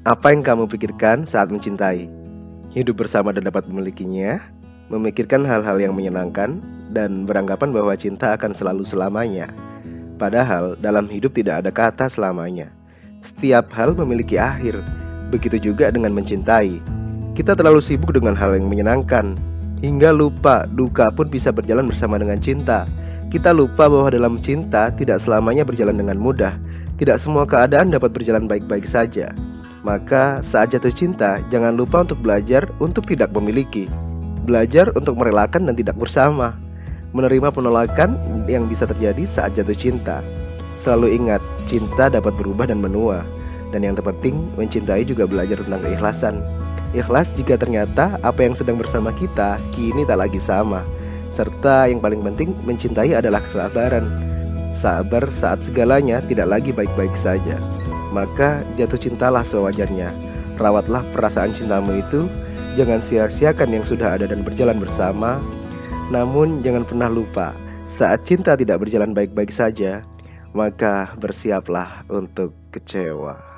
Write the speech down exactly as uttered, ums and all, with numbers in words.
Apa yang kamu pikirkan saat mencintai? Hidup bersama dan dapat memilikinya, memikirkan hal-hal yang menyenangkan, dan beranggapan bahwa cinta akan selalu selamanya. Padahal dalam hidup tidak ada kata selamanya. Setiap hal memiliki akhir. Begitu juga dengan mencintai. Kita terlalu sibuk dengan hal yang menyenangkan, hingga lupa duka pun bisa berjalan bersama dengan cinta. Kita lupa bahwa dalam cinta tidak selamanya berjalan dengan mudah. Tidak semua keadaan dapat berjalan baik-baik saja. Maka saat jatuh cinta, jangan lupa untuk belajar untuk tidak memiliki. Belajar untuk merelakan dan tidak bersama. Menerima penolakan yang bisa terjadi saat jatuh cinta. Selalu ingat, cinta dapat berubah dan menua. Dan yang terpenting, mencintai juga belajar tentang keikhlasan. Ikhlas jika ternyata apa yang sedang bersama kita kini tak lagi sama. Serta yang paling penting, mencintai adalah kesabaran. Sabar saat segalanya tidak lagi baik-baik saja. Maka jatuh cintalah sewajarnya. Rawatlah perasaan cintamu itu. Jangan sia-siakan yang sudah ada dan berjalan bersama. Namun jangan pernah lupa, saat cinta tidak berjalan baik-baik saja, maka bersiaplah untuk kecewa.